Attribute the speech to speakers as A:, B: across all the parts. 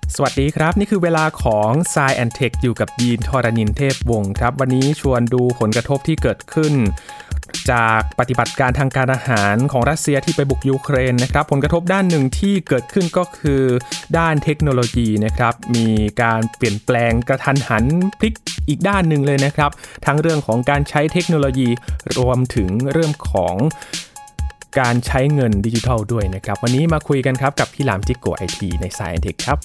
A: สวัสดีครับนี่คือเวลาของ Science and Tech อยู่กับยีนทรณินเทพวงศ์ครับวันนี้ชวนดูผลกระทบที่เกิดขึ้นจากปฏิบัติการทางการอาหารของรัสเซียที่ไปบุกยูเครนนะครับผลกระทบด้านหนึ่งที่เกิดขึ้นก็คือด้านเทคโนโลยีนะครับมีการเปลี่ยนแปลงกระทันหันพลิกอีกด้านหนึ่งเลยนะครับทั้งเรื่องของการใช้เทคโนโลยีรวมถึงเรื่องของการใช้เงินดิจิทัลด้วยนะครับวันนี้มาคุยกันครับกับพี่หลามจิโกไอทีใน Science and Tech ครับ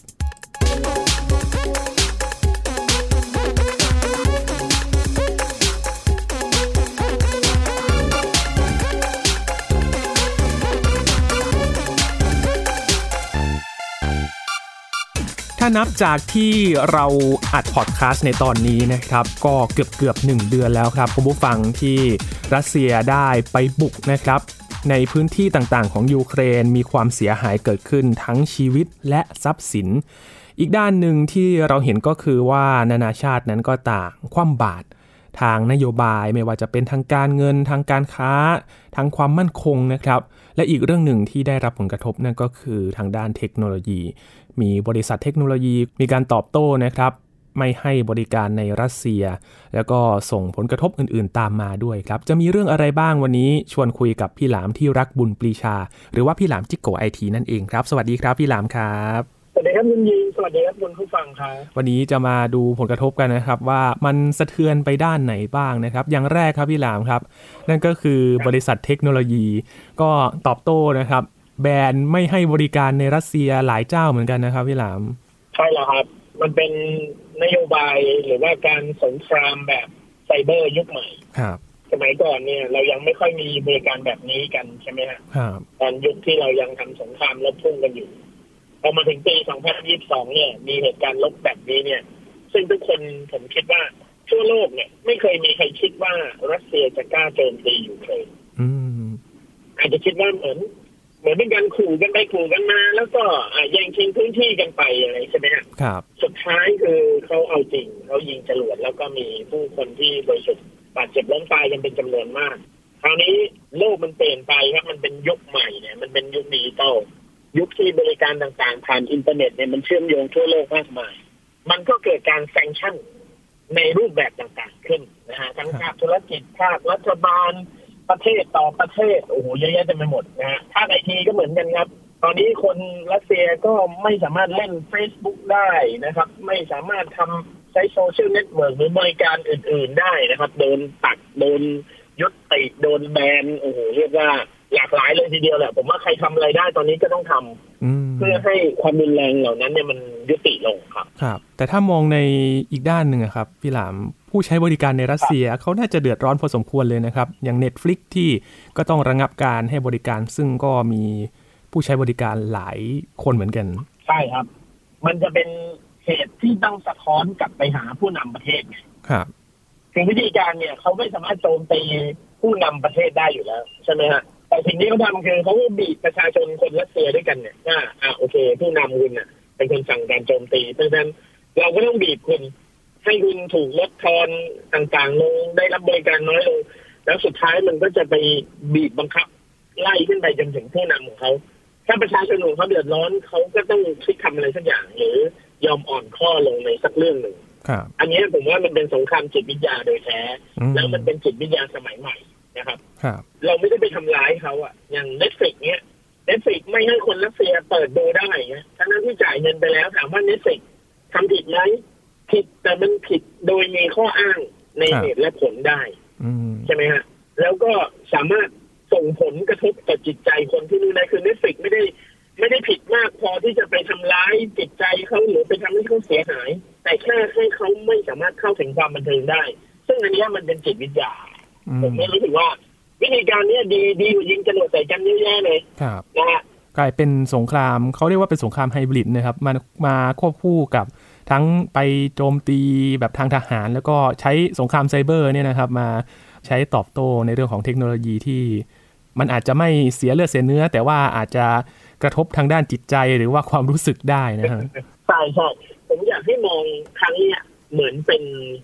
A: ถ้านับจากที่เราอัดพอดแคสต์ในตอนนี้นะครับก็เกือบ1เดือนแล้วครับคุณผู้ฟังที่รัสเซียได้ไปบุกนะครับในพื้นที่ต่างๆของยูเครนมีความเสียหายเกิดขึ้นทั้งชีวิตและทรัพย์สินอีกด้านหนึ่งที่เราเห็นก็คือว่านานาชาตินั้นก็ต่างคว่ำบาตรทางนโยบายไม่ว่าจะเป็นทางการเงินทางการค้าทางความมั่นคงนะครับและอีกเรื่องหนึ่งที่ได้รับผลกระทบนั่นก็คือทางด้านเทคโนโลยีมีบริษัทเทคโนโลยีมีการตอบโต้นะครับไม่ให้บริการในรัสเซียแล้วก็ส่งผลกระทบอื่นๆตามมาด้วยครับจะมีเรื่องอะไรบ้างวันนี้ชวนคุยกับพี่หลามที่รักบุญปรีชาหรือว่าพี่หลามจิโกไอทีนั่นเองครับสวัสดีครับพี่หลามครับ
B: สวัสดีครับคุณยิงสวัสดีครับคุณผู้ฟังครับ
A: วันนี้จะมาดูผลกระทบกันนะครับว่ามันสะเทือนไปด้านไหนบ้างนะครับอย่างแรกครับพี่หลามครับนั่นก็คือบริษัทเทคโนโลยีก็ตอบโต้นะครับแบนไม่ให้บริการในรัสเซียหลายเจ้าเหมือนกันนะครับพี่หลาม
B: ใช่แล้วครับมันเป็นนโยบายหรือว่าการสงครามแบบไซเบอร์ยุคใหม่
A: ครับ
B: สมัยก่อนเนี่ยเรายังไม่ค่อยมีบริการแบบนี้กันใช่ไหมครับตอนยุคที่เรายังทำสงครามรบพุ่งกันอยู่พอมาถึงปี 2022 เนี่ยมีเหตุการณ์ลบแบบนี้เนี่ยซึ่งทุกคนผมคิดว่าทั่วโลกเนี่ยไม่เคยมีใครคิดว่ารัสเซียจะกล้าโจมตียูเครนอาจจะคิดว่าเหมือนเป็นการขู่กันไปขู่กันมาแล้วก็แย่งชิงพื้นที่กันไปอะไรใช่ไหม
A: ครับ
B: สุดท้ายคือเขาเอาจริงเขายิงจรวดแล้วก็มีผู้คนที่บริสุทธิ์บาดเจ็บล้มตายกันเป็นจำนวนมากคราวนี้โลกมันเปลี่ยนไปครับมันเป็นยุคใหม่เนี่ยมันเป็นยุคดิจิตอลยุคที่บริการต่างๆผ่านอินเทอร์เน็ตเนี่ยมันเชื่อมโยงทั่วโลกมากมายมันก็เกิดการแซงชั่นในรูปแบบต่างๆขึ้นนะฮะทั้งภาคธุรกิจภาครัฐบาลประเทศต่อประเทศโอ้โหเยอะแยะเต็มไปหมดนะฮะภาคไอทีก็เหมือนกันครับตอนนี้คนรัสเซียก็ไม่สามารถเล่น Facebook ได้นะครับไม่สามารถทำใช้โซเชียลเน็ตเวิร์กหรือบริการอื่นๆได้นะครับโดนตัดโดนยุติโดนแบนโอ้โหเรียกว่าหลากหลายเลยทีเดียวแหละผมว่าใครทำอะไรได้ตอนนี้ก็ต้องทำเพื่อให้ความรุนแรงเหล่านั้นเนี่ยมันยุติลงครับ
A: ครับแต่ถ้ามองในอีกด้านหนึ่งครับพี่หลามผู้ใช้บริการในรัสเซียเขาน่าจะเดือดร้อนพอสมควรเลยนะครับอย่าง Netflix ที่ก็ต้องระงับการให้บริการซึ่งก็มีผู้ใช้บริการหลายคนเหมือนกัน
B: ใช่ครับมันจะเป็นเหตุที่ต้องสะท้อนกลับไปหาผู้นำประเทศไง
A: ครับ
B: คือวิธีการเนี่ยเขาไม่สามารถโจมตีผู้นำประเทศได้อยู่แล้วใช่ไหมฮะแต่สิ่งที่เขาทำคือเขาบีบประชาชนคนรัสเซียด้วยกันเนี่ยว่าโอเคผู้นำคุณน่ะเป็นคนสั่งการโจมตีเพราะฉะนั้นเราก็ต้องบีบคุณให้คุณถูกลดทอนต่างๆลงได้รับบริการน้อยลงแล้วสุดท้ายมันก็จะไปบีบบังคับไล่ขึ้นไปจนถึงผู้นำของเขาถ้าประชาชนของเขาเดือดร้อนเขาก็ต้องคิดทำอะไรสักอย่างหรือยอมอ่อนข้อลงในสักเรื่องหนึ่งอันนี้ผมว่ามันเป็นสงครามจิตวิทยาโดยแท้แล้วมันเป็นจิตวิทยาสมัยใหม่นะครับเราไม่ได้ไปทำร้ายเขาอย่าง Netflix เนี้ย Netflix ไม่ให้คนรัสเซียเปิดดูได้ทั้งที่จ่ายเงินไปแล้วถามว่า Netflix ทำผิดไหมผิดแต่มันผิดโดยมีข้ออ้างในเหตุและผลได้ใช่ไหมฮะแล้วก็สามารถส่งผลกระทบต่อจิตใจคนที่ดูได้คือ Netflix ไม่ได้ผิดมากพอที่จะไปทำร้ายจิตใจเขาหรือไปทำให้เขาเสียหายแต่แค่ให้เขาไม่สามารถเข้าถึงความบันเทิงได้ซึ่งอันนี้มันเป็นจิตวิทยาผมไม่รู้สึกว่าวิธีการนี้ดีกว่ายิงจรวดใส่กันเยอะแยะเลยนะฮะ
A: กลายเป็นสงครามเขาเรียกว่าเป็นสงครามไฮบริดนะครับมาควบคู่กับทั้งไปโจมตีแบบทางทหารแล้วก็ใช้สงครามไซเบอร์เนี่ยนะครับมาใช้ตอบโต้ในเรื่องของเทคโนโลยีที่มันอาจจะไม่เสียเลือดเสียเนื้อแต่ว่าอาจจะกระทบทางด้านจิตใจหรือว่าความรู้สึกได้นะครับ
B: ใช่ผมอยากให้มองครั้งนี้เหมือนเป็น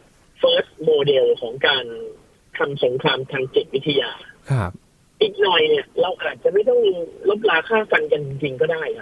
B: first model ของการทำสงครามทางจิตวิทยา
A: ครับ
B: อีกหน่อยเนี่ยเราอาจจะไม่ต้องลบราฆ่าฟันกันจริงๆก็ได้ครับ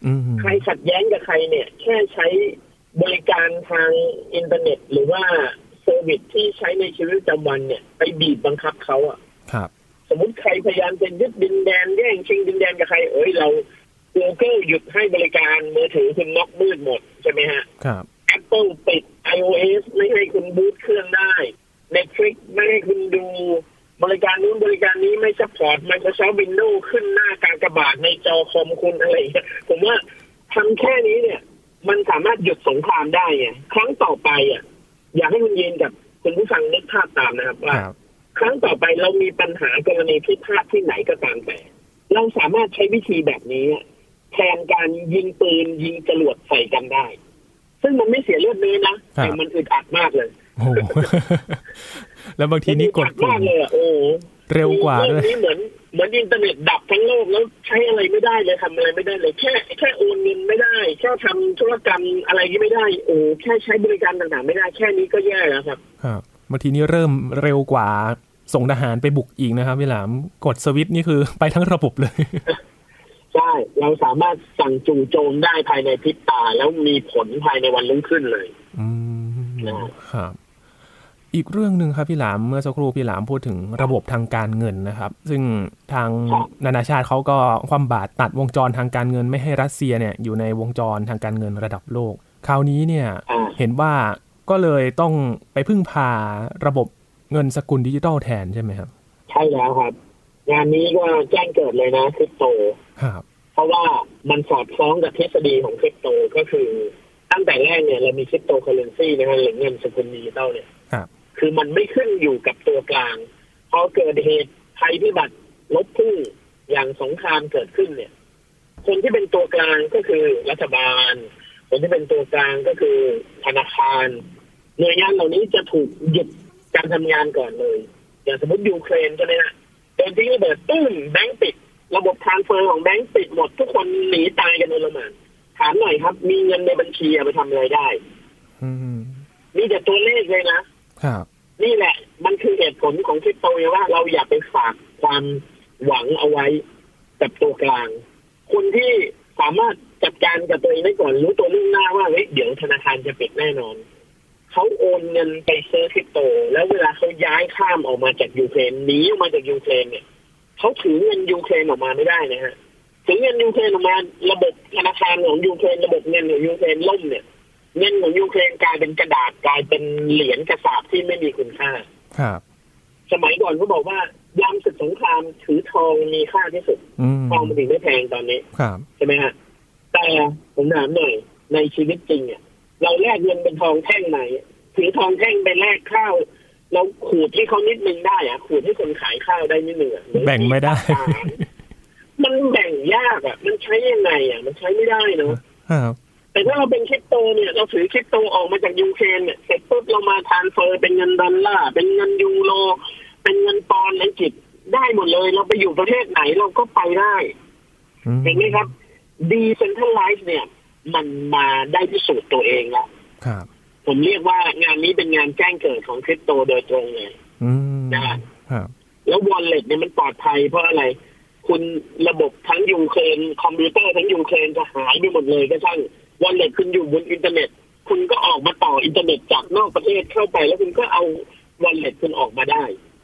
B: ใครขัดแย้งกับใครเนี่ยแค่ใช้บริการทางอินเทอร์เน็ตหรือว่าเซอร์วิสที่ใช้ในชีวิตประจำวันเนี่ยไปบีบบังคับเขาอ่ะ
A: ครับ
B: สมมุติใครพยายามจะยึดดินแดนแย่งชิงดินแดนกับใครเรา Google หยุดให้บริการมือถือคุณน็อกมืดหมดใช่ไหมฮะ
A: ครับ
B: Apple ปิด iOS ไม่ให้คุณบูตเครื่องได้ Netflix ไม่ให้คุณดูบริการนู้นบริการนี้ไม่ซัพพอร์ต Microsoft Windows ขึ้นหน้ากากบาทในจอคอมคุณอะไรอย่างเงี้ยผมว่าทำแค่นี้เนี่ยมันสามารถหยุดสงครามได้ไงครั้งต่อไปอยากให้คุณยินกับคุณผู้ฟังนึกภาพตามนะครับว่าครั้งต่อไปเรามีปัญหากรณีพิพาทที่ไหนก็ตามแต่เราสามารถใช้วิธีแบบนี้แทนการยิงปืนยิงจรวดใส่กันได้ซึ่งมันไม่เสียเลือดเนื้อนะแต่มันอึดอัดมากเลย
A: โอ้แล้วบางทีนี่กดปุ่มเร็วกว่าด้วย
B: นี่เหมือนอินเทอร์เน็ตดับทั้งโลกแล้วใช้อะไรไม่ได้เลยทำอะไรไม่ได้เลยแค่โอนเงินไม่ได้แค่ทำธุรกรรมอะไรก็ไม่ได้แค่ใช้บริการต่างๆไม่ได้แค่นี้ก็แย่แล้วครับ
A: บางทีนี่เริ่มเร็วกว่าส่งทหารไปบุกอีกนะครับพี่หลามกดสวิตช์นี่คือไปทั้งระบบเลย
B: ใช่เราสามารถสั่งจู่โจมได้ภายในพริบตาแล้วมีผลภายในวันรุ่งขึ้นเลย
A: นะครับอีกเรื่องนึงครับพี่หลามเมื่อสักครู่พี่หลามพูดถึงระบบทางการเงินนะครับซึ่งทางนานาชาติเขาก็คว่ำบาตรตัดวงจรทางการเงินไม่ให้รัสเซียเนี่ยอยู่ในวงจรทางการเงินระดับโลกคราวนี้เนี่ยเห็นว่าก็เลยต้องไปพึ่งพาระบบเงินสกุลดิจิทัลแทนใช่ไหมครับ
B: ใช่แล้วครับงานนี้ก็แจ้งเกิดเลยนะคริปโต
A: ครับ
B: เพราะว่ามันสอดคล้องกับทฤษฎีของคริปโตก็คือตั้งแต่แรกเนี่ยเรามีคริปโตเคอเรนซีนะฮะหรือเงินสกุลดิจิทัลเนี่ยคือมันไม่ขึ้นอยู่กับตัวกลางพอเกิดเหตุภัยพิบัติลบพุ่งอย่างสงครามเกิดขึ้นเนี่ยคนที่เป็นตัวกลางก็คือรัฐบาลคนที่เป็นตัวกลางก็คือธนาคารหน่วยงานเหล่านี้จะถูกหยุดการทำงานก่อนเลยอย่างสมมติยูเครนใช่ไหมฮะโดนทิ้งระเบิดตุ้มแบงก์ปิดระบบทรานสเฟอร์ของแบงก์ปิดหมดทุกคนหนีตายกันโอลหม่านถามหน่อยครับมีเงินในบัญชีไปทำอะไรได้มีแต่ตัวเลขเลยนะครับนี่แหละมันคือเหตุผลของคริปโตว่าเราอยากไปฝากความหวังเอาไว้กับตัวกลางคนที่สามารถจัดการกับตัวเองได้ก่อนรู้ตัวล่วงหน้าว่าเดี๋ยวธนาคารจะปิดแน่นอนเขาโอนเงินไปซื้อคริปโตแล้วเวลาเขาย้ายข้ามออกมาจากยูเครนหนีออกมาจากยูเครนเนี่ยเขาถือเงินยูเครนออกมาไม่ได้นะฮะถือเงินยูเครนออกมาระบบธนาคารของยูเครนระบบเงินของยูเครนล่มเนี่ยเงินของยูเครนกลายเป็นกระดาษกลายเป็นเหรียญกระสาบที่ไม่มีคุณค่า
A: ครับ
B: สมัยก่อนเขาบอกว่ายามศึกสงครามถือทองมีค่าที่สุดทองมันถึงไม่แพงตอนนี้ใช่ไหมฮะแต่ผมถามหน่อยในชีวิตจริงเนี่ยเราแลกเงินเป็นทองแท่งไหนถือทองแท่งไปแลกข้าวเราขูดให้เขานิดนึงได้ขูดให้คนขายข้าวได้นิดนึง
A: แบ่งไม่ได้
B: มันแบ่งยากมันใช้ยังไงมันใช้ไม่ได้เนาะแต่ถ้าเราเป็นคริปโตเนี่ยเราถือคริปโตออกมาจากยูเครนเนี่ยเสร็จปุ๊บเรามาทรานสเฟอร์เป็นเงินดอลลาร์เป็นเงินยูโรเป็นเงินปอนด์อังกฤษได้หมดเลยเราไปอยู่ประเทศไหนเราก็ไปได้เห็นไหมครับ Decentralize เนี่ยมันมาได้พิสูจน์ตัวเองแล้วผมเรียกว่างานนี้เป็นงานแจ้งเกิดของคริปโตโดยตรงเลยนะครับแล้ว wallet เนี่ยมันปลอดภัยเพราะอะไรคุณระบบทั้งยูเครนคอมพิวเตอร์ทั้งยูเครนจะหายไปหมดเลยก็ช่างwallet คุณอยู่บนอินเทอร์เน็ตคุณก็ออกมาต่ออินเทอร์เน็ตจากนอกประเทศเข้าไปแล้วคุณก็เอา wallet คุณออกมาได้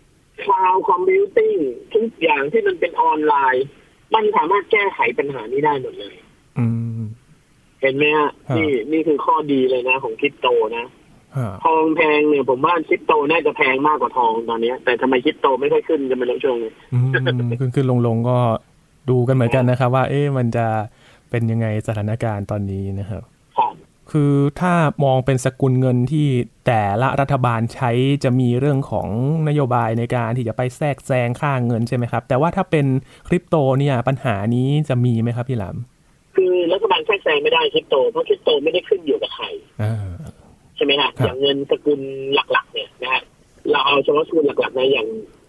B: cloud computing ทุกอย่างที่มันเป็นออนไลน์มันสามารถแก้ไขปัญหานี้ได้หมดเลยเห็นไหมฮะนี่คือข้อดีเลยนะของคริปโตนะทองแพงเนี่ยผมว่าคริปโตน่าจะแพงมากกว่าทองตอนนี้แต่ทำไมคริปโตไม่ค่อยขึ้นจะไม่รู้ช่วงนี้
A: ขึ้นลงก็ดูกันเหมือนกันนะครับว่ามันจะเป็นยังไงสถานการณ์ตอนนี้นะครับคือถ้ามองเป็นสกุลเงินที่แต่ละรัฐบาลใช้จะมีเรื่องของนโยบายในการที่จะไปแทรกแซงค่าเงินใช่ไหมครับแต่ว่าถ้าเป็นคริปโตเนี่ยปัญหานี้จะมีไหมครับพี่หลาม
B: คือรัฐบาลแทรกแซงไม่ได้คริปโตเพราะคริปโตไม่ได้ขึ้นอยู่กับใครใช่ไหมฮะอย่างเงินสกุลหลักๆเนี่ยนะฮะเราเอาเฉพาะสกุลหลักๆในอย่าง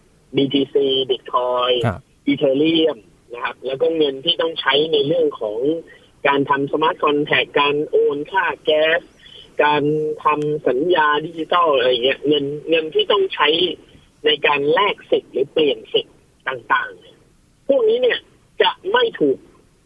B: BTC Bitcoin Ethereum นะครับแล้วก็เงินที่ต้องใช้ในเรื่องของการทำสมาร์ทคอนแทคการโอนค่าแก๊สการทำสัญญาดิจิทัลอะไรเงี้ยเงินที่ต้องใช้ในการแลกสิทธิ์หรือเปลี่ยนสิทธิ์ต่างๆพวกนี้เนี่ยจะไม่ถูก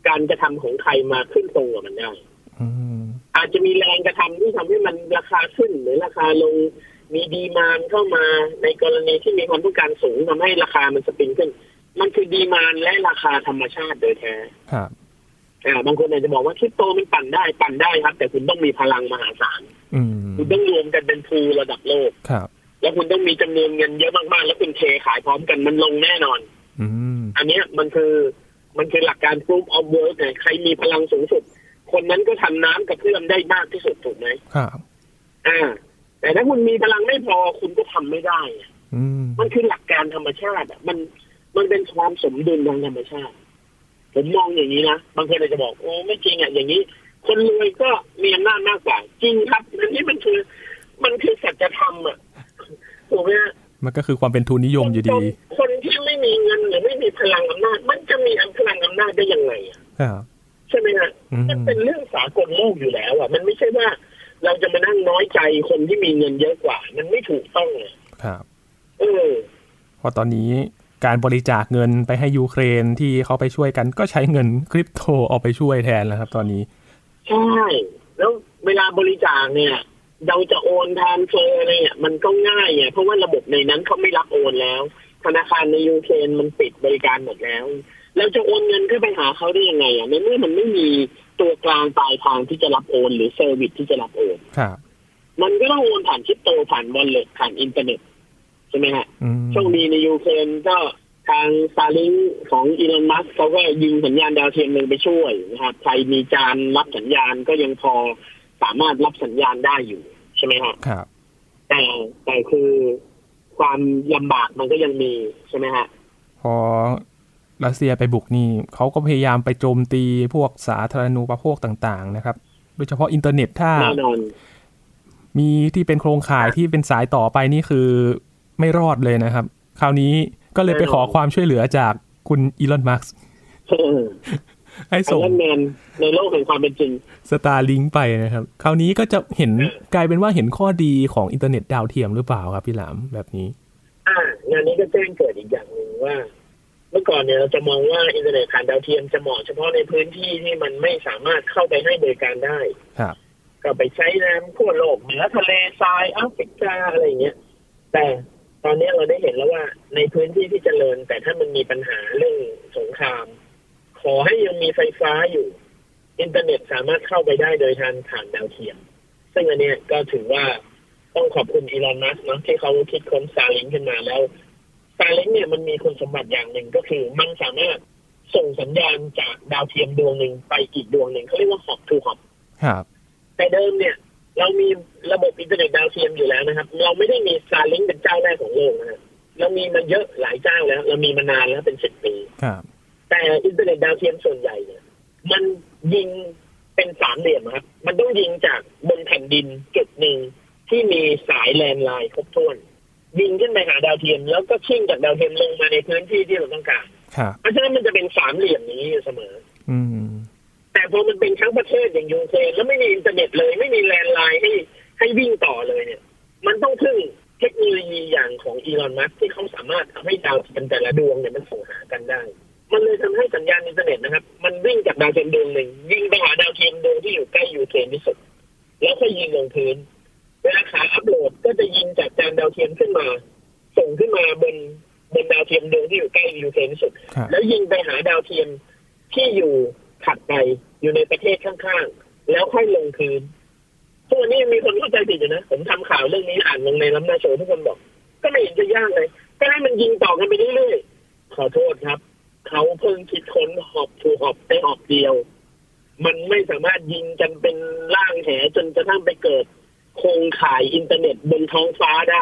B: การกระทำของใครมาขึ้นตรงกับมันได้อาจจะมีแรงกระทำที่ทำให้มันราคาขึ้นหรือราคาลงมีดีมานด์เข้ามาในกรณีที่มีความต้องการสูงทำให้ราคามันสปริงขึ้นมันคือดีมานด์และราคาธรรมชาติโดยแท้
A: ครับ
B: บางคนอาจจะบอกว่าคริปโตมันปั่นได้ครับแต่คุณต้องมีพลังมหาศาลคุณต้องรวมกันเป็นพูลระดับโลก
A: ครับ
B: แล้วคุณต้องมีจำนวนเงินเยอะมากๆแล้วคุณเทขายพร้อมกันมันลงแน่นอนอันนี้มันคือหลักการ proof of work ไงใครมีพลังสูงสุดคนนั้นก็ทำน้ำกระเพื่อมได้มากที่สุดถูกไหม
A: ครับ
B: แต่ถ้าคุณมีพลังไม่พอคุณก็ทำไม่ได้มันคือหลักการธรรมชาติมันเป็นความสมดุลทางธรรมชาติผมมองอย่างนี้นะบางคนอาจจะบอกโอ้ไม่จริงอย่างนี้คนรวยก็มีอำนาจมากกว่าจริงครับอันนี้มันคือสัจธรรมถูกไหม
A: มันก็คือความเป็นทุนนิยมอยู่ดี
B: คนที่ไม่มีเงินหรือไม่มีพลังอำนาจมันจะมีพลังอำนาจได้ยังไงใช่ไหมฮะมันเป็นเรื่องสากลโลกอยู่แล้วมันไม่ใช่ว่าเราจะมานั่งน้อยใจคนที่มีเงินเยอะกว่ามันไม่ถูกต้อง
A: ครับเพราะตอนนี้การบริจาคเงินไปให้ยูเครนที่เขาไปช่วยกันก็ใช้เงินคริปโตเอาไปช่วยแทนแล้วครับตอนนี้
B: ใช่แล้วเวลาบริจาคเนี่ยเราจะโอนทรานสเฟอร์อะไรเนี่ยมันก็ง่ายเพราะว่าระบบในนั้นเขาไม่รับโอนแล้วธนาคารในยูเครนมันปิดบริการหมดแล้วเราจะโอนเงินเข้าไปหาเขาได้ยังไงในเมื่อมันไม่มีตัวกลางปลายทางที่จะรับโอนหรือเซอร์วิสที่จะรับโอนมันก็ต้องโอนผ่านคริปโตผ่านวอลเล็ตผ่านอินเทอร์เน็ตใช่ไหมฮะช่วงนี้ในยูเครนก็ทาง Starlink ของอีลอน มัสก์เขาก็ยิงสัญญาณดาวเทียมลงไปช่วยนะครับใครมีจานรับสัญญาณก็ยังพอสามารถรับสัญญาณได้อยู่ใช่ไหมครับแต่คือความลำบากมันก็ยังมีใช่ไหมฮะ
A: พอรัสเซียไปบุกนี่เขาก็พยายามไปโจมตีพวกสาธารณูปโภคต่างๆนะครับโดยเฉพาะอินเทอร์เน็ตถ้ามีที่เป็นโครงข่ายที่เป็นสายต่อไปนี่คือไม่รอดเลยนะครับคราวนี้ก็เลยไปขอความช่วยเหลือจากคุณอีลอน มัสก์ให้ส่ง
B: ในโลกแห่งความเป็นจริง
A: Starlink ไปนะครับคราวนี้ก็จะเห็นกลายเป็นว่าเห็นข้อดีของอินเทอร์เน็ตดาวเทียมหรือเปล่าครับพี่หลามแบบนี้
B: งานนี้ก็แจ้งเกิดอีกอย่างนึงว่าเมื่อก่อนเนี่ยเราจะมองว่าอินเทอร์เน็ตผ่านดาวเทียมจะเหมาะเฉพาะในพื้นที่ที่มันไม่สามารถเข้าไปให้บริการได้ก็ไปใช้น้ำขั้วโลกเหนือทะเลทรายแอฟริกาอะไรอย่างเงี้ยแต่ตอนนี้เราได้เห็นแล้วว่าในพื้นที่ที่เจริญแต่ถ้ามันมีปัญหาเรื่องสงครามขอให้ยังมีไฟฟ้าอยู่อินเทอร์เน็ตสามารถเข้าไปได้โดยทางผ่านดาวเทียมซึ่งอันนี้ก็ถือว่าต้องขอบคุณอีลอน มัสก์นะที่เขาคิดค้น Starlink ขึ้นมาแล้ว Starlink เนี่ยมันมีคุณสมบัติอย่างหนึ่งก็คือมันสามารถส่งสัญญาณจากดาวเทียมดวงหนึ่งไปอีกดวงหนึ่งเขาเรียกว่า Hop to Hop
A: ครับ
B: แต่เดิมเนี่ยเรามีระบบอินเทอร์เน็ตดาวเทียมอยู่แล้วนะครับเราไม่ได้มี Starlink เป็นเจ้าแรกของโลกนะเรามีมาเยอะหลายเจ้าแล้วเรามีมานานแล้วเป็น10 ปีแต่อินเทอร์เน็ตดาวเทียมส่วนใหญ่เนี่ยมันยิงเป็นสามเหลี่ยมครับมันต้องยิงจากบนแผ่นดินจุดหนึ่งที่มีสายแลนด์ไลน์ครบถ้วนยิงขึ้นไปหาดาวเทียมแล้วก็ชิ่งจากดาวเทียมลงมาในพื้นที่ที่เราต้องการเพราะฉะนั้นมันจะเป็นสามเหลี่ยมนี้อยู่เสมอแต่พอมันเป็นทั้งประเทศอย่างยูเครนแล้วไม่มีอินเทอร์เน็ตเลยไม่มีแลนด์ไลน์ให้วิ่งต่อเลยเนี่ยมันต้องพึ่งเทคโนโลยีอย่างของอีลอน มัสก์ที่เขาสามารถทำให้ดาวเทียมแต่ละดวงเนี่ยมันส่งหากันได้มันเลยทำให้สัญญาณอินเทอร์เน็ตนะครับมันวิ่งจากดาวเทียมดวงหนึ่งยิงไปหาดาวเทียมดวงที่อยู่ใกล้ยูเครนที่สุดแล้วค่อยยิงลงพื้นเวลาขาอัปโหลดก็จะยิงจากจานดาวเทียมขึ้นมาส่งขึ้นมาบนดาวเทียมดวงที่อยู่ใกล้ยูเครนที่สุดแล้วยิงไปหาดาวเทียมที่อยู่ถัดไปอยู่ในประเทศข้างๆแล้วค่อยลงพื้นทุกวันนี้มีคนเข้าใจผิดอยู่นะผมทำข่าวเรื่องนี้อ่านลงในล้ำหน้าโชว์ทุกคนบอกก็ไม่เห็นจะยากเลยก็ให้มันยิงต่อกันไปเรื่อยๆขอโทษครับเขาเพิ่งคิดค้นHop to Hopได้Hopเดียวมันไม่สามารถยิงกันเป็นล่างแหจนกระทั่งไปเกิดโครงข่ายอินเทอร์เน็ตบนท้องฟ้าได้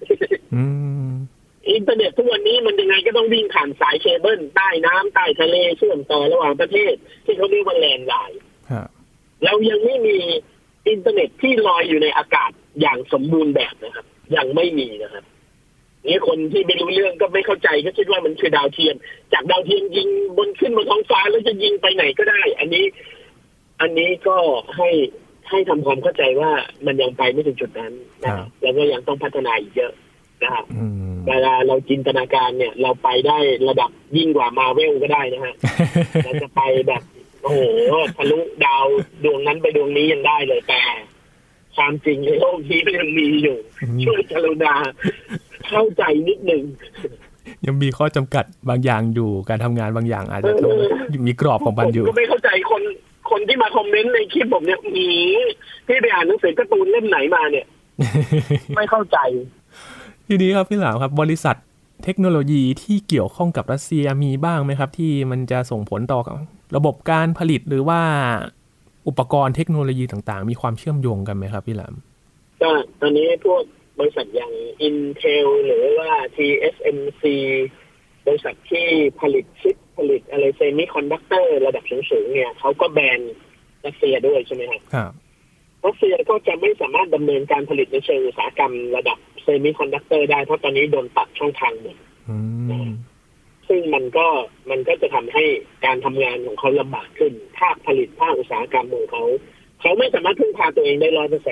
B: อินเทอร์เน็ตทุกวันนี้มันยังไงก็ต้องวิ่งผ่านสายเคเบิลใต้น้ำใต้ทะเลเชื่อมต่อระหว่างประเทศที่เขาเรียกว่าแลนด์ไลน์เรายังไม่มีอินเทอร์เน็ตที่ลอยอยู่ในอากาศอย่างสมบูรณ์แบบนะครับยังไม่มีนะครับนี่คนที่ไม่รู้เรื่องก็ไม่เข้าใจก็คิดว่ามันคือดาวเทียมจากดาวเทียมยิงบนขึ้นบนท้องฟ้าแล้วจะยิงไปไหนก็ได้อันนี้ก็ให้ทำความเข้าใจว่ามันยังไปไม่ถึงจุดนั้นนะแล้วก็ยังต้องพัฒนาอีกเยอะนะครับเวลาเราจินตนาการเนี่ยเราไปได้ระดับยิ่งกว่ามาเวลก็ได้นะฮะเราจะไปแบบโอ้โหทะลุดาวดวงนั้นไปดวงนี้ยังได้เลยแต่ความจริงในโลกนี้มันยังมีอยู่ช่วยกรุณาเข้าใจนิดนึง
A: ยังมีข้อจำกัดบางอย่างอยู่การทำงานบางอย่างอาจจะต้องมีกรอบของมันอยู่
B: ก็ไม่เข้าใจคนที่มาคอมเมนต์ในคลิปผมเนี่ยพี่ไปอ่านหนังสือการ์ตูนเล่มไหนมาเนี่ย ไม่เข้าใจ
A: ทีนี้ครับพี่หลามครับบริษัทเทคโนโลยีที่เกี่ยวข้องกับรัสเซียมีบ้างไหมครับที่มันจะส่งผลต่อระบบการผลิตหรือว่าอุปกรณ์เทคโนโลยีต่างๆมีความเชื่อมโยงกันไหมครับพี่หลาม
B: ก็ตอนนี้พวกบริษัทอย่าง Intel หรือว่า TSMC บริษัทที่ผลิตชิปผลิตอะไรเซมิคอนดักเตอร์ระดับสูงๆเนี่ยเขาก็แบนรัสเซียด้วยใช่ไหมครับรัสเซียก็จะไม่สามารถดำเนินการผลิตในเชิงอุตสาหกรรมระดับเซมิคอนดักเตอร์ได้เพราะตอนนี้โดนตัดช่องทางหมดซึ่งมันก็จะทำให้การทำงานของเขาลำบากขึ้นภาคผลิตภาคอุตสาหกรรมของเขาไม่สามารถพึ่งพาตัวเองได้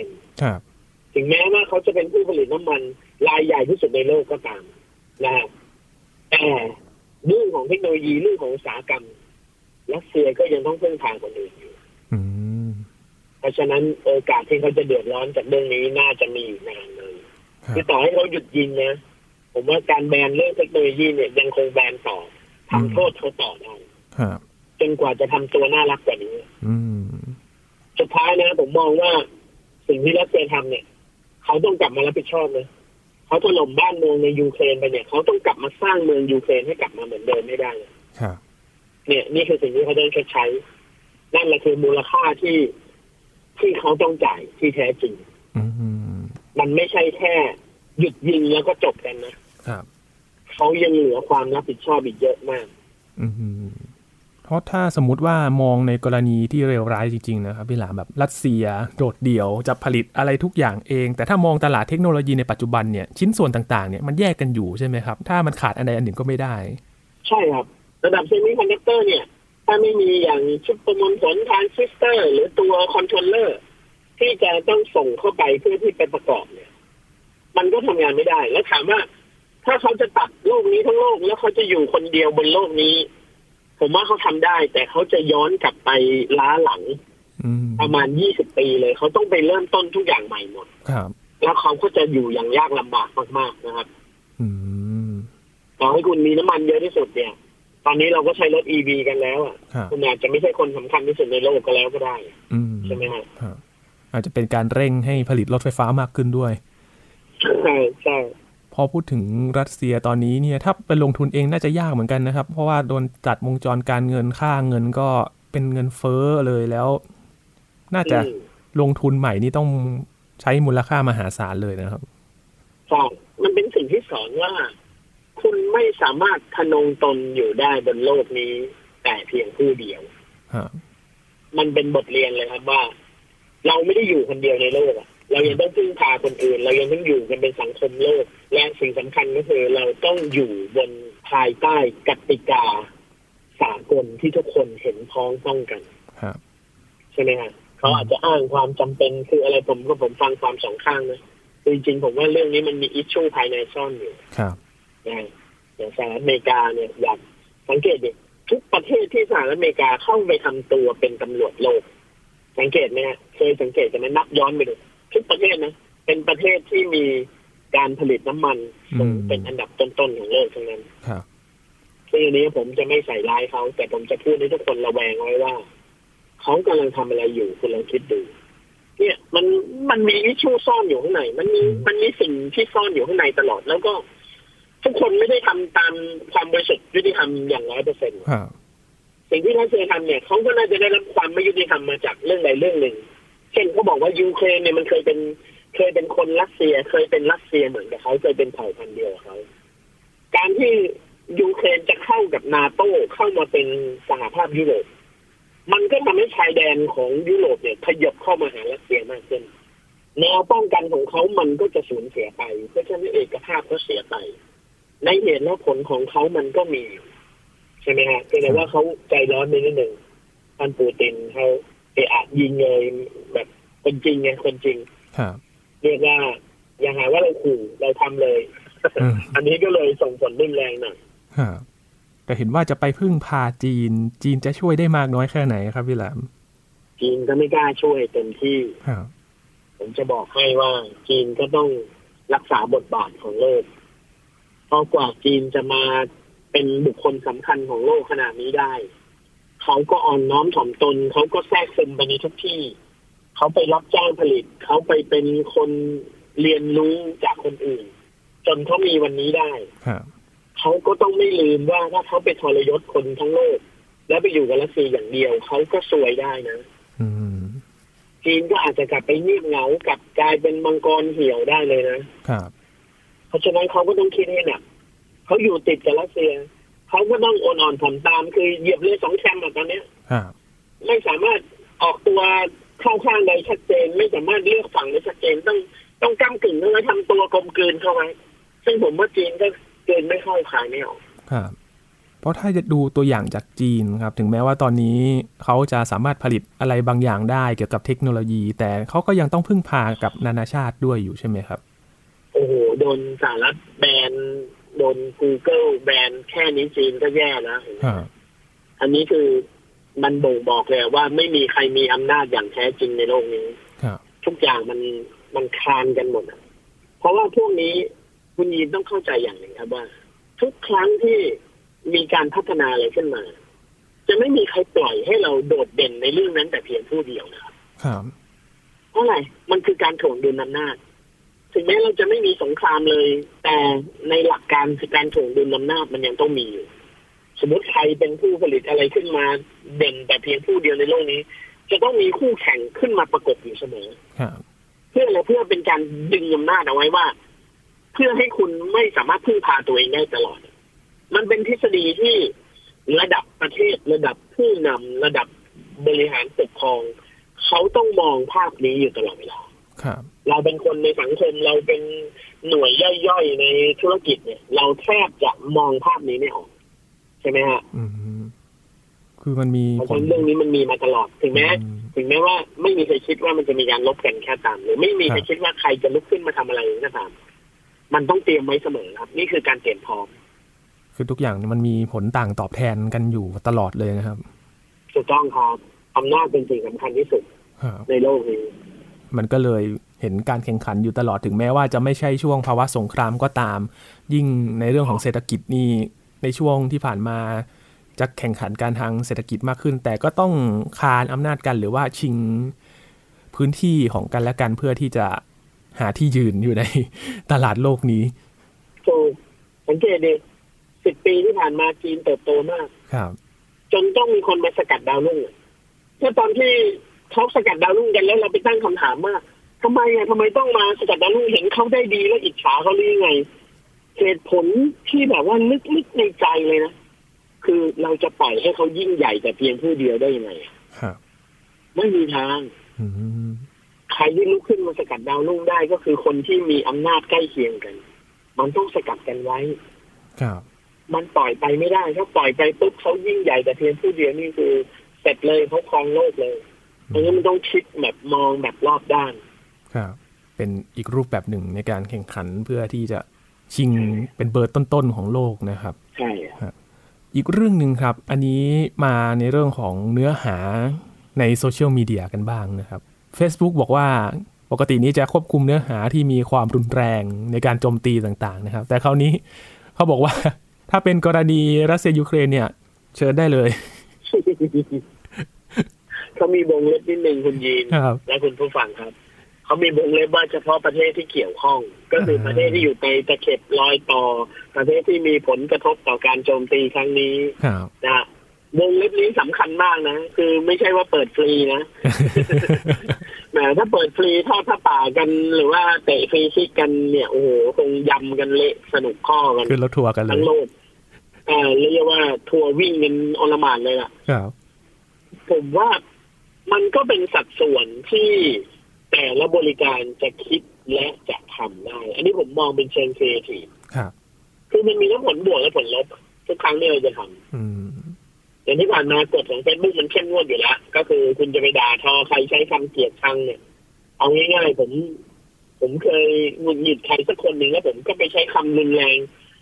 B: 100%ถึงแม้ว่าเขาจะเป็นผู้ผลิตน้ำมันรายใหญ่ที่สุดในโลกก็ตามนะแต่เรื่องของเทคโนโลยีเรื่องของอุตสาหกรรมรัสเซียก็ยังต้องพึ่งพาคนอื่นอยู่เพราะฉะนั้นโอกาสที่เขาจะเดือดร้อนจากเรื่องนี้น่าจะมีนานเลยคือต่อให้เขาหยุดยิงนะผมว่าการแบนเรื่องเทคโนโลยีเนี่ยยังคงแบนต่อทำโทษเขาต่อได้จนกว่าจะทำตัวน่ารักกว่านี้สุดท้ายนะผมมองว่าสิ่งที่รัสเซียทำเนี่ยเขาต้องกลับมารับผิดชอบนะเขาถล่มบ้านเมืองในยูเครนไปเนี่ยเขาต้องกลับมาสร้างเมืองยูเครนให้กลับมาเหมือนเดิมไม่ได้เนี่ยนี่คือสิ่งที่เขาได้ใช้นั่นแหละคือมูลค่าที่เขาต้องจ่ายที่แท้จริงมันไม่ใช่แค่หยุดยิงแล้วก็จบกันนะเขายังเหลือความรับผิดชอบอีกเยอะมาก
A: เพราะถ้าสมมุติว่ามองในกรณีที่เลวร้ายจริงๆนะครับพี่หลามแบบรัสเซียโดดเดี่ยวจะผลิตอะไรทุกอย่างเองแต่ถ้ามองตลาดเทคโนโลยีในปัจจุบันเนี่ยชิ้นส่วนต่างๆเนี่ยมันแยกกันอยู่ใช่ไหมครับถ้ามันขาดอันใดอันหนึ่งก็ไม่ได้
B: ใช่ครับระดับเซมิคอนดักเตอร์เนี่ยถ้าไม่มีอย่างชิปประมวลผลทรานซิสเตอร์หรือตัวคอนโทรลเลอร์ที่จะต้องส่งเข้าไปเพื่อที่ไปประกอบเนี่ยมันก็ทำงานไม่ได้แล้วถามว่าถ้าเขาจะตัดโลกนี้ทั้งโลกแล้วเขาจะอยู่คนเดียวบนโลกนี้ผมว่าเขาทำได้แต่เขาจะย้อนกลับไปล้าหลังประมาณ20 ปีเลยเขาต้องไปเริ่มต้นทุกอย่างใหม่หมดแล้วเขาก็จะอยู่อย่างยากลำบากมากๆนะครับต่อให้คุณมีน้ำมันเยอะที่สุดเนี่ยตอนนี้เราก็ใช้รถ EV กันแล้วอ่ะคุณอาจจะไม่ใช่คนสำคัญที่สุดในโลกก็แล้วก็ได้ใช่ไหมครับ
A: อาจจะเป็นการเร่งให้ผลิตรถไฟฟ้ามากขึ้นด้วย
B: ใช่
A: พอพูดถึงรัสเซียตอนนี้เนี่ยถ้าไปลงทุนเองน่าจะยากเหมือนกันนะครับเพราะว่าโดนจัดวงจรการเงินค่าเงินก็เป็นเงินเฟ้อเลยแล้วน่าจะลงทุนใหม่นี่ต้องใช้มูลค่ามหาศาลเลยนะครับ
B: ใช่มันเป็นสิ่งที่สอนว่าคุณไม่สามารถทะนงตนอยู่ได้บนโลกนี้แต่เพียงผู้เดียวมันเป็นบทเรียนเลยครับว่าเราไม่ได้อยู่คนเดียวในโลกอ่ะเรายังต้องพึ่งพาคนอื่นเรายังต้องอยู่กันเป็นสังคมโลกและสิ่งสำคัญก็คือเราต้องอยู่บนภายใต้กติกาสากลที่ทุกคนเห็นพ้องต้องกันใช่ไหมฮะเขาอาจจะอ้างความจำเป็นคืออะไรผมฟังความสองข้างนะจริงๆผมว่าเรื่องนี้มันมีอิชชูภายในซ่อนอยู่อย่างสหรัฐอเมริกาเนี่ยอยากสังเกตดิทุกประเทศที่สหรัฐอเมริกาเข้าไปทำตัวเป็นตำรวจโลกสังเกตไหมฮะเคยสังเกตจะไม่นับย้อนไปดูทุกประเทศนะเป็นประเทศที่มีการผลิตน้ำมันเป็นอันดับต้นๆของโลกทั้งนั้นซึ่งอันนี้ผมจะไม่ใส่ร้ายเขาแต่ผมจะพูดให้ทุกคนระแวงไว้ว่าเขากำลังทำอะไรอยู่คุณลองคิดดูเนี่ยมันมีอิชชูซ่อนอยู่ข้างในมันมีสิ่งที่ซ่อนอยู่ข้างในตลอดแล้วก็ทุกคนไม่ได้ทำตามความบริสุทธิ์ยุติธรรมอย่าง 100% สิ่งที่รัสเซียทำเนี่ยเขาก็น่าจะได้รับความไม่ยุติธรรมมาจากเรื่องใดเรื่องหนึ่งเช่นเขาบอกว่ายูเครนเนี่ยมันเคยเป็นคนรัสเซียเคยเป็นรัสเซียเหมือนกับเขาเคยเป็นเผ่าพันธุ์เดียวกับเขาการที่ยูเครนจะเข้ากับนาโต้เข้ามาเป็นสหภาพยุโรปมันก็ทำให้ชายแดนของยุโรปเนี่ยขยับเข้ามาหารัสเซียมากขึ้นแนวป้องกันของเขามันก็จะสูญเสียไปเพราะฉะนั้นเอกภาพก็เสียไปในเหตุและผลของเขามันก็มีใช่ไหมฮะแต่ว่าเขาใจร้อนนิดนึงท่านปูตินเขายิงเลยแบบคนจริงไงคนจริงเรียกว่าอย่าหาว่าเราขู่เราทำเลย อันนี้ก็เลยส่งผลรุนแรงหน่อย
A: แต่ก็เห็นว่าจะไปพึ่งพาจีนจะช่วยได้มากน้อยแค่ไหนครับพี่แหลม
B: จีนก็ไม่กล้าช่วยเต็มที่ผมจะบอกให้ว่าจีนก็ต้องรักษาบทบาทของโลกเพราะกว่าจีนจะมาเป็นบุคคลสำคัญของโลกขนาดนี้ได้เขาก็อ่อนน้อมถ่อมตนเขาก็แทรกซึมไปในทุกที่เขาไปรับจ้างผลิตเขาไปเป็นคนเรียนรู้จากคนอื่นจนเขามีวันนี้ได้เขาก็ต้องไม่ลืมว่าถ้าเขาไปทรยศคนทั้งโลกแล้วไปอยู่กับรัสเซียอย่างเดียวเขาก็ซวยได้นะจีนก็อาจจะกลับไปเงียบเหงากลับกลายเป็นมังกรเหี่ยวได้เลยนะครับเพราะฉะนั้นเขาก็ต้องคิดให้หนักเขาอยู่ติดกับรัสเซียเขาก็ต้องอ่อนถ่อมตามคือเหยียบเรือสองแคมตอนนี้ไม่สามารถออกตัวเข้าข้างใดชัดเจนไม่สามารถเลือกฝั่งได้ชัดเจนต้องก้ำกึ่งเอาไว้ทำตัวกลมกลืนเข้าไว้ซึ่งผมว่าจีนก็เกินไม่เข้าขายไม่ออก
A: ครับเพราะถ้าจะดูตัวอย่างจากจีนครับถึงแม้ว่าตอนนี้เขาจะสามารถผลิตอะไรบางอย่างได้เกี่ยวกับเทคโนโลยีแต่เขาก็ยังต้องพึ่งพากับนานาชาติด้วยอยู่ใช่ไหมครับ
B: โอ้โหโดนสหรัฐแบนโดน Google แบนแค่นี้จีนก็แย่นะอันนี้คือมันบ่งบอกเลยว่าไม่มีใครมีอำนาจอย่างแท้จริงในโลกนี้ทุกอย่างมันคลานกันหมดเพราะว่าพวกนี้คุณยีนต้องเข้าใจอย่างหนึ่งครับว่าทุกครั้งที่มีการพัฒนาอะไรขึ้นมาจะไม่มีใครปล่อยให้เราโดดเด่นในเรื่องนั้นแต่เพียงผู้เดียวนะครับเพราะอะไรมันคือการถ่วงดุลอำนาจถึงแม้เราจะไม่มีสงครามเลยแต่ในหลักการคือการถ่วงดุลอำนาจมันยังต้องมีอยู่สมมติใครเป็นผู้ผลิตอะไรขึ้นมาเด่นแต่เพียงผู้เดียวในโลกนี้จะต้องมีคู่แข่งขึ้นมาประกบอยู่เสมอเพื่ออะไรเพื่อเป็นการดึงอำนาจเอาไว้ว่าเพื่อให้คุณไม่สามารถพึ่งพาตัวเองได้ตลอดมันเป็นทฤษฎีที่ระดับประเทศระดับผู้นำระดับบริหารปกครองเขาต้องมองภาพนี้อยู่ตลอดเวลาเราเป็นคนในสังคมเราเป็นหน่วยย่อยๆในธุรกิจเนี่ยเราแทบจะมองภาพนี้ไม่ออกใช่ไหมฮะ
A: คือมันมี
B: ผลเรื่องนี้มันมีมาตลอดถึงแม้ว่าไม่มีใครคิดว่ามันจะมีการลบกันแค่ตามหรือไม่มีใครคิดว่าใครจะลุกขึ้นมาทำอะไรก็ตามมันต้องเตรียมไว้เสมอครับนี่คือการเตรียมพร้อม
A: คือทุกอย่างมันมีผลต่างตอบแทนกันอยู่ตลอดเลยนะครับ
B: ถูกต้องครับอำนาจเป็นสิ่งสำคัญที่สุดในโลกนี้
A: มันก็เลยเห็นการแข่งขันอยู่ตลอดถึงแม้ว่าจะไม่ใช่ช่วงภาวะสงครามก็ตามยิ่งในเรื่องของเศรษฐกิจนี่ในช่วงที่ผ่านมาจะแข่งขันการทางเศรษฐกิจมากขึ้นแต่ก็ต้องคานอำนาจกันหรือว่าชิงพื้นที่ของกันและกันเพื่อที่จะหาที่ยืนอยู่ในตลาดโลกนี้
B: ถูกสังเกตดิ10 ปีที่ผ่านมาจีนเติบโตมาก
A: ครับ
B: จนต้องมีคนมาสกัดดาวรุ่งถ้าตอนที่เขาสกัดดาวรุ่งกันแล้วเราไปตั้งคำถามว่าทำไมต้องมาสกัดดาวรุ่งเห็นเขาได้ดีแล้วอิจฉาเขาหรือไงเหตุผลที่แบบว่าลึกๆในใจเลยนะคือเราจะปล่อยให้เขายิ่งใหญ่แต่เพียงผู้เดียวได้ยังไง
A: ครับ
B: ไม่มีทางใครที่ลุกขึ้นมาสกัดดาวรุ่งได้ก็คือคนที่มีอำนาจใกล้เคียงกันมันต้องสกัดกันไว้
A: ครับ
B: มันปล่อยไปไม่ได้ถ้าปล่อยไปปุ๊บเขายิ่งใหญ่แต่เพียงผู้เดียวนี่คือเสร็จเลยเขาครองโลกเลยเพราะงั้นมันต้องคิดแบบมองแบบรอบด้าน
A: ครับเป็นอีกรูปแบบหนึ่งในการแข่งขันเพื่อที่จะชิงเป็นเบอร์ต้นๆของโลกนะครับ
B: ใช่
A: ครับอีกเรื่องนึงครับอันนี้มาในเรื่องของเนื้อหาในโซเชียลมีเดียกันบ้างนะครับ Facebook บอกว่าปกตินี้จะควบคุมเนื้อหาที่มีความรุนแรงในการโจมตีต่างๆนะครับแต่คราวนี้เขาบอกว่าถ้าเป็นกรณีรัสเซียยูเครนเนี่ยเชิญได้เลย
B: เขามีวงเล็บนิดนึงคุณยีนและคุณผู้ฟังครับเขามีวงเล็บว่าเฉพาะประเทศที่เกี่ยวข้องก็คือประเทศที่อยู่ในตะเข็บรอยต่อประเทศที่มีผลกระทบต่อการโจมตีครั้งนี้นะวงเล็บนี้สำคัญมากนะคือไม่ใช่ว่าเปิดฟรีนะถ้าเปิดฟรีทอดผ้าป่ากันหรือว่าเตะฟรีคิกกันเนี่ยโอ้โหคงยำกันเละสนุกข้อกัน
A: คือรถทัวร์กันเลย
B: ทั้งโลกเรียกว่าทัวร์วิ่งกันอลหม่านเลยล่ะผมว่ามันก็เป็นสัดส่วนที่แต่ละบริการจะคิดและจะทำได้อันนี้ผมมองเป็นเชิงครีเอทีฟคือมันมีทั้งผลบวกและผลลบทุกครั้งที่เราจะทำอย่างที่ผ่านมากฎของ Facebook มันเข้มงวดอยู่แล้วก็คือคุณจะไปด่าทอใครใช้คำเกลียดชังเนี่ยเอาง่ายๆผมเคยหงุดหงิดใครสักคนหนึ่งแล้วผมก็ไปใช้คำรุนแรง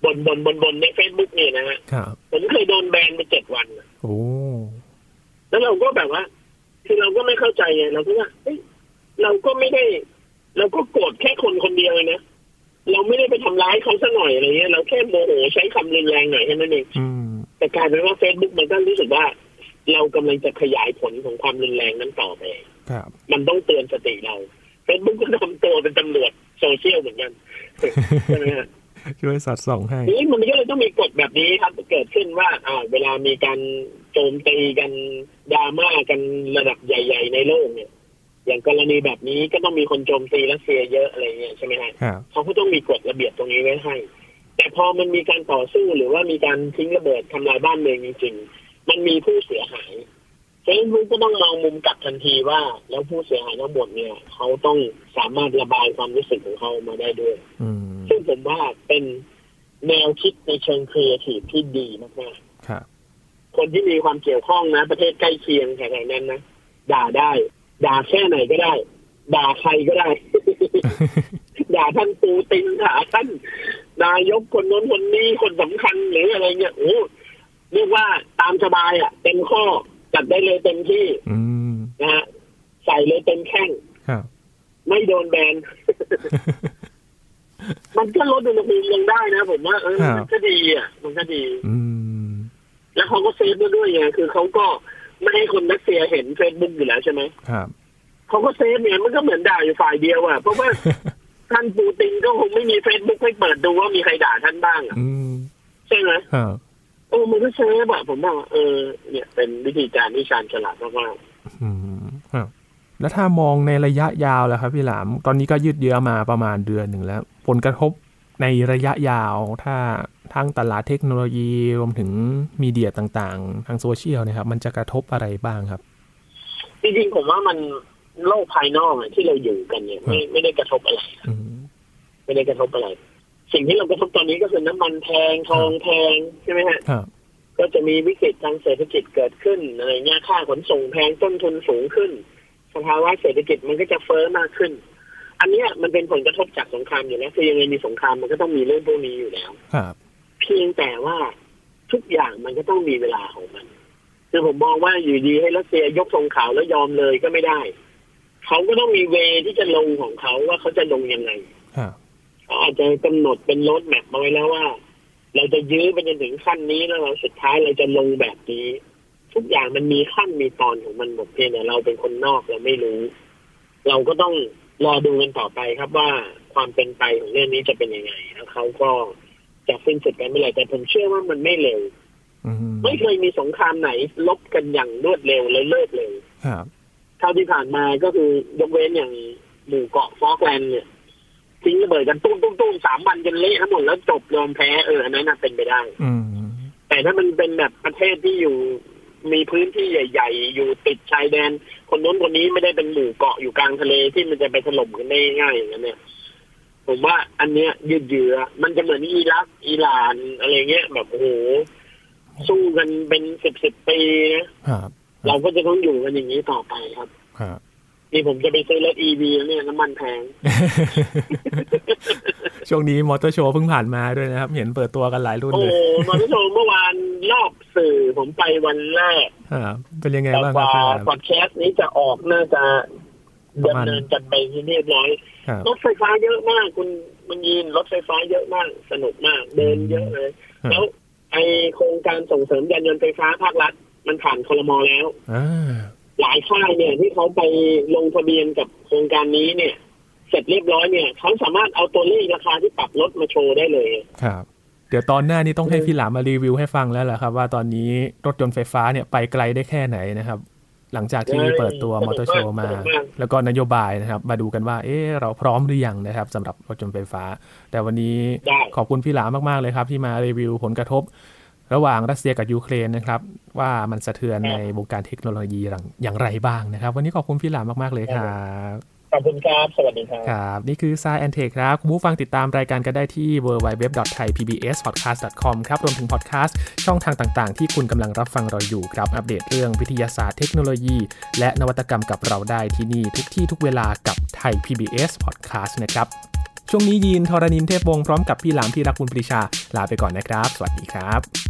B: บ่นใน Facebook เนี่ยนะฮะผมเคยโดนแบนไป7 วันโอ้แล้วเราก็แบบว่าคือเราก็ไม่เข้าใจไงเราก็ว่าเราก็ไม่ได้เราก็โกรธแค่คนเดียวนะเราไม่ได้ไปทำร้ายเขาซะหน่อยอะไรเงี้ยเราแค่โมโหใช้คำรุนแรงหน่อยแค่นั้นเองแต่กลายเป็นว่า Facebook มันก็รู้สึกว่าเรากำลังจะขยายผลของความรุนแรงนั้นต่อไปมันต้องเตือนสติเรา Facebook ก็ทำตัวเป็นตำรวจโซเชียลเหมือนกันใช่ไหมฮะ
A: ช่วยสอดส่องให้
B: นี่มันก็เลยต้องมีกฎแบบนี้ครับเกิดขึ้นว่าเวลามีการโจมตีกันดราม่ากันระดับใหญ่ๆในโลกเนี่ยอย่างกรณีแบบนี้ก็ต้องมีคนโจมตีรัสเซียเยอะอะไรเงี้ยใช่ไหมฮะเขาก็ต้องมีกฎระเบียบตรงนี้ไว้ให้แต่พอมันมีการต่อสู้หรือว่ามีการทิ้งระเบิดทำลายบ้านเมืองจริงๆมันมีผู้เสียหายเฟซบุ๊กก็ต้องมองมุมกลับทันทีว่าแล้วผู้เสียหายทั้งหมดเนี่ยเขาต้องสามารถระบายความรู้สึกของเขามาได้ด้วยซึ่งผมว่าเป็นแนวคิดในเชิงครีเอทีฟที่ดีมากๆคนที่มีความเกี่ยวข้องนะประเทศใกล้เคียงแถวๆนั้นนะด่าได้ด่าแค่ไหนก็ได้ด่าใครก็ได้ ด่าท่านปูตินด่าท่านนายกคนโน้นคนนี้คนสำคัญหรืออะไรเงี้ยโอ้เรียกว่าตามสบายเต็มข้อจัดได้เลยเต็มที่นะฮะใส่เลยเต็มแข้งไม่โดนแบน มันก็ลดอุณหภูมิลงได้นะผมว่ามันก็ดีมันก็ดีแล้วเขาก็เซฟด้วยไงคือเขาก็ไม่ให้คนรัสเซียเห็นเฟซบุ๊กอยู่แล้วใช่ไหมครับเขาก็เซฟเนี่ยมันก็เหมือนด่าอยู่ฝ่ายเดียวเพราะว่า ท่านปูตินก็คงไม่มีเฟซบุ๊กให้เปิดดูว่ามีใครด่าท่านบ้างใช่ไหมมันก็เซฟผมว่าเนี่ยเป็นวิธีการที่ชาญฉลาดมาก
A: ๆแล้วถ้ามองในระยะยาวแล้วครับพี่หลามตอนนี้ก็ยืดเยื้อมาประมาณเดือนหนึ่งแล้วผลกระทบในระยะยาวถ้าทั้งตลาดเทคโนโลยีรวมถึงมีเดียต่างๆทางโซเชียลนะครับมันจะกระทบอะไรบ้างครับ
B: จริงๆผมว่ามันโลกภายนอกที่เราอยู่กันเนี่ยไม่ได้กระทบอะไรไม่ได้กระทบอะไรสิ่งที่เรากระทบตอนนี้ก็คือน้ำมันแพงทองแพงใช่ไหมฮะก็จะมีวิกฤตทางเศรษฐกิจเกิดขึ้นอะไรเงี้ยค่าขนส่งแพงต้นทุนสูงขึ้นสภาวะเศรษฐกิจมันก็จะเฟ้อมากขึ้นอันนี้มันเป็นผลกระทบจากสงครามอยู่แล้วคือยังไงมีสงครามมันก็ต้องมีเรื่องพวกนี้อยู่แล้วเพียงแต่ว่าทุกอย่างมันก็ต้องมีเวลาของมันคือผมมองว่าอยู่ดีให้รัสเซียยกธงขาวแล้วยอมเลยก็ไม่ได้เขาก็ต้องมีเวที่จะลงของเขาว่าเขาจะลงยังไงเขาอาจจะกำหนดเป็นโรดแมพมาไว้แล้วว่าเราจะยื้อไปจนถึงขั้นนี้แล้วเราสุดท้ายเราจะลงแบบนี้ทุกอย่างมันมีขั้นมีตอนของมันหมดเพียงแต่เราเป็นคนนอกเราไม่รู้เราก็ต้องรอดูกันต่อไปครับว่าความเป็นไปของเรื่องนี้จะเป็นยังไงแล้วเขาก็จะสิ้นสุดกันเมื่อไหร่แต่ผมเชื่อว่ามันไม่เร็วไม่เคยมีสงครามไหนลบกันอย่างรวดเร็วและเลิกเร็วเท่าที่ผ่านมาก็คือยกเว้นอย่างหมู่เกาะฟอกแลนด์เนี่ยทิ้งระเบิดกันตุ้ม3 วันกันเละทั้งหมดแล้วจบยอมแพ้อันนั้นเป็นไปได้แต่ถ้ามันเป็นแบบประเทศที่อยู่มีพื้นที่ใหญ่ๆอยู่ติดชายแดนคนโน้นคนนี้ไม่ได้เป็นหมู่เกาะอยู่กลางทะเลที่มันจะไปถล่มกันได้ง่ายอย่างนั้นเนี่ยผมว่าอันเนี้ยยืดเยื้อมันจะเหมือนอิรักอิหร่านอะไรเงี้ยแบบโอ้โหสู้กันเป็น10 ปีนะเราก็จะต้องอยู่กันอย่างนี้ต่อไปครับนี่ผมจะไปซื้อรถ EV เนี่ยน้ำมันแพง
A: ช่วงนี้มอเตอร์โชว์เพิ่งผ่านมาด้วยนะครับเห็นเปิดตัวกันหลายรุ่นเลย
B: มอเตอร์โชว์เมื่อวานรอบสื่อผมไปวันแรก
A: เป็นยังไงบ้างครับ
B: พอดแคสต์นี้จะออกน่าจะดำเนินกันไปที่เรียบร้อยรถไฟฟ้าเยอะมากคุณมันยินรถไฟฟ้าเยอะมากสนุกมากเดินเยอะเลยแล้วไอโครงการส่งเสริมยานยนต์ไฟฟ้าภาครัฐมันผ่านครม.แล้วหลายค่ายเนี่ยที่เขาไปลงทะเบียนกับโครงการนี้เนี่ยเสร็จเรียบร้อยเนี่ยเขาสามารถเอาตัวเลขราคาที่ปรับลดมาโชว์ได้เลย
A: ครับเดี๋ยวตอนหน้านี้ต้องให้พี่หลามมารีวิวให้ฟังแล้วแหละครับว่าตอนนี้รถยนต์ไฟฟ้าเนี่ยไปไกลได้แค่ไหนนะครับหลังจากที่เปิดตัวมอเตอร์โชว์มาแล้วก็นโยบายนะครับมาดูกันว่าเราพร้อมหรือยังนะครับสำหรับรถยนต์ไฟฟ้าแต่วันนี้ขอบคุณพี่หลามมากๆเลยครับที่มารีวิวผลกระทบระหว่างรัสเซียกับยูเครนนะครับว่ามันสะเทือนในวงการเทคโนโลยีอย่างไรบ้างนะครับวันนี้ขอบคุณพี่หลามมากๆเลยครับ
B: ขอบคุณครับสวัสดีครับ
A: ครับนี่คือ Science and Tech ครับคุณผู้ฟังติดตามรายการกันได้ที่ www.thaipbspodcast.com ครับรวมถึงพอดแคสต์ช่องทางต่างๆที่คุณกำลังรับฟังเราอยู่ครับอัปเดตเรื่องวิทยาศาสตร์เทคโนโลยีและนวัตกรรมกับเราได้ที่นี่ทุกที่ทุกเวลากับ Thai PBS Podcast นะครับช่ช่วงนี้ยินทรณินเทพวงศ์พร้อมกับพี่หลามที่รักคุณปรีชาลาไปก่อนนะครับสวัสดีครับ